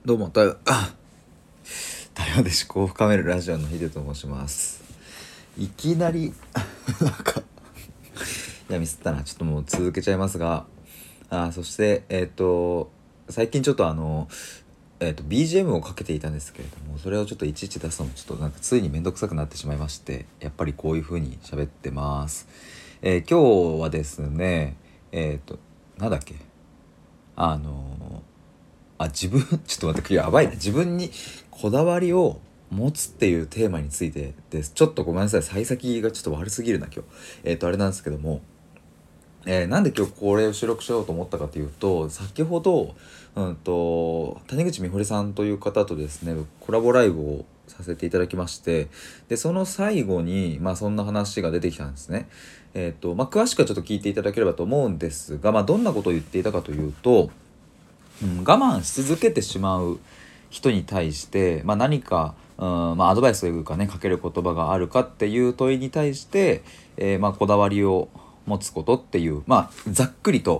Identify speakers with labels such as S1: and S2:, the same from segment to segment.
S1: どうも、台湾で思考を深めるラジオのヒデと申します。いきなりなんかミスったな。ちょっともう続けちゃいますが、そして最近ちょっとBGM をかけていたんですけれども、それをちょっといちいち出すのもちょっとなんかついにめんどくさくなってしまいまして、やっぱりこういう風に喋ってます。今日はですね、なんだっけ、あの自分ちょっと待って、やばいな。自分にこだわりを持つっていうテーマについてです。ちょっとごめんなさい、幸先がちょっと悪すぎるな今日。あれなんですけども、なんで今日これを収録しようと思ったかというと、先ほど谷口美穂さんという方とですね、コラボライブをさせていただきまして、でその最後にそんな話が出てきたんですね。詳しくはちょっと聞いていただければと思うんですが、どんなことを言っていたかというと、我慢し続けてしまう人に対して、何か、アドバイスというかね、かける言葉があるかっていう問いに対して、こだわりを持つことっていう、ざっくりと、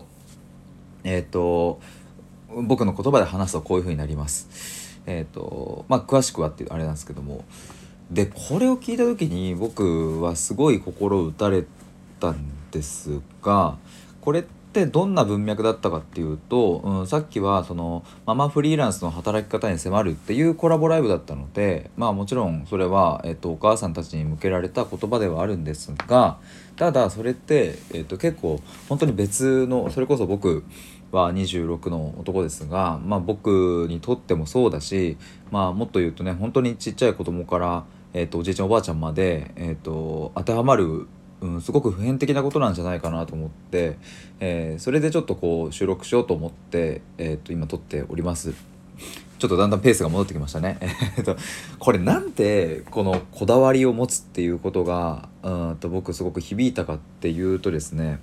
S1: 僕の言葉で話すとこういう風になります。詳しくはっていうあれなんですけども、でこれを聞いた時に僕はすごい心打たれたんですが、これってどんな文脈だったかっていうと、さっきはそのママフリーランスの働き方に迫るっていうコラボライブだったので、もちろんそれは、お母さんたちに向けられた言葉ではあるんですが、ただそれって、結構本当に別の、それこそ僕は26の男ですが、僕にとってもそうだし、もっと言うとね、本当にちっちゃい子供から、おじいちゃんおばあちゃんまで、当てはまる、すごく普遍的なことなんじゃないかなと思って、それでちょっとこう収録しようと思って、今撮っております。ちょっとだんだんペースが戻ってきましたね。これなんでこのこだわりを持つっていうことが僕すごく響いたかっていうとですね、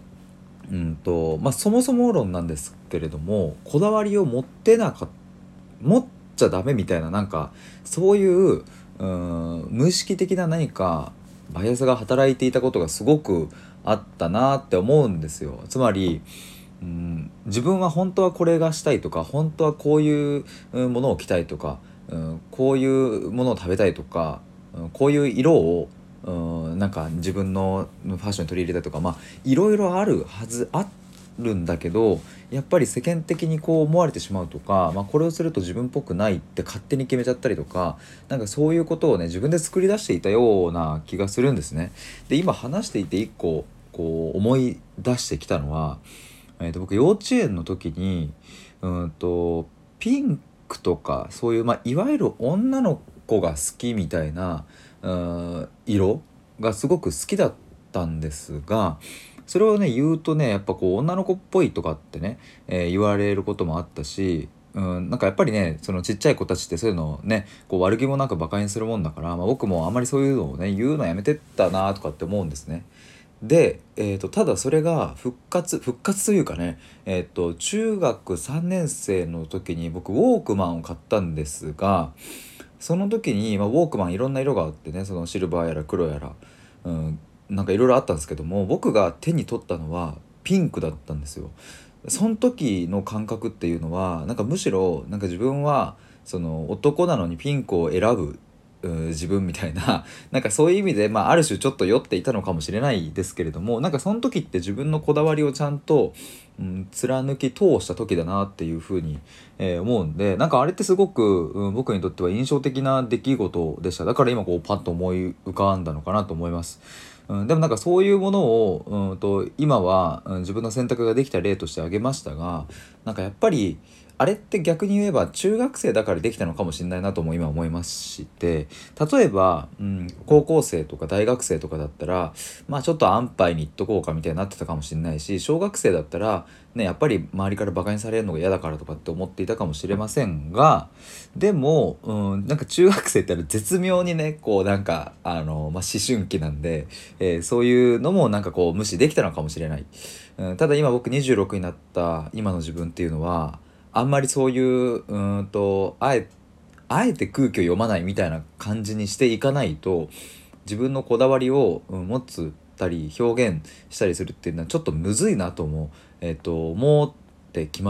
S1: そもそも論なんですけれども、こだわりを持っちゃダメみたいな、なんかそういう無意識的な何かバイアスが働いていたことがすごくあったなって思うんですよ。つまり自分は本当はこれがしたいとか、本当はこういうものを着たいとか、こういうものを食べたいとか、こういう色をなんか自分のファッションに取り入れたいとか、いろいろあるんだけど、やっぱり世間的にこう思われてしまうとか、これをすると自分っぽくないって勝手に決めちゃったりとか、なんかそういうことをね、自分で作り出していたような気がするんですね。で今話していて一個こう思い出してきたのは、僕幼稚園の時にピンクとかそういう、いわゆる女の子が好きみたいな色がすごく好きだったんですが、それをね言うとね、やっぱこう女の子っぽいとかってね、言われることもあったし、なんかやっぱりね、そのちっちゃい子たちってそういうのをねこう悪気もなくバカにするもんだから、僕もあんまりそういうのをね言うのやめてったなとかって思うんですね。で、ただそれが復活というかね、中学3年生の時に僕ウォークマンを買ったんですが、その時に、ウォークマンいろんな色があってね、そのシルバーやら黒やら、なんかいろいろあったんですけども、僕が手に取ったのはピンクだったんですよ。その時の感覚っていうのは、なんかむしろなんか自分はその男なのにピンクを選ぶ自分みたいななんかそういう意味で、ある種ちょっと酔っていたのかもしれないですけれども、なんかその時って自分のこだわりをちゃんと、貫き通した時だなっていうふうに、思うんで、なんかあれってすごく、僕にとっては印象的な出来事でした。だから今こうパッと思い浮かんだのかなと思います。でもなんかそういうものを今は、自分の選択ができた例として挙げましたが、なんかやっぱりあれって逆に言えば中学生だからできたのかもしれないなとも今思いまして、例えば、高校生とか大学生とかだったら、ちょっと安牌にいっとこうかみたいになってたかもしれないし、小学生だったらね、やっぱり周りからバカにされるのが嫌だからとかって思っていたかもしれませんが、でも、なんか中学生って絶妙にねこうなんか思春期なんで、そういうのもなんかこう無視できたのかもしれない。ただ今僕26になった今の自分っていうのは、あんまりそういうあえて空気を読まないみたいな感じにしていかないと、自分のこだわりを、持つたり表現したりするっていうのはちょっとむずいなと思ってきました。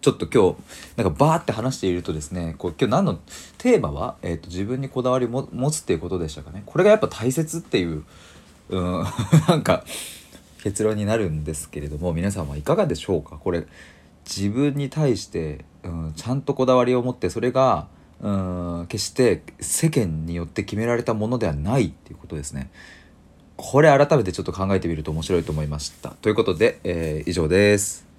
S1: ちょっと今日なんかバーって話しているとですね、こう今日何のテーマは、自分にこだわりを持つっていうことでしたかね。これがやっぱ大切っていう、なんか結論になるんですけれども、皆さんはいかがでしょうか。これ自分に対して、ちゃんとこだわりを持って、それが決して世間によって決められたものではないっていうことですね。これ改めてちょっと考えてみると面白いと思いました。ということで、以上です。